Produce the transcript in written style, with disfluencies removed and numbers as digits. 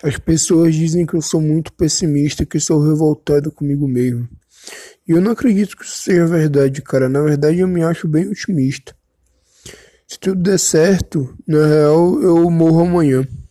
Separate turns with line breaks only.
As pessoas dizem que eu sou muito pessimista, que sou revoltado comigo mesmo. E eu não acredito que isso seja verdade, cara. Na verdade, eu me acho bem otimista. Se tudo der certo, na real, eu morro amanhã.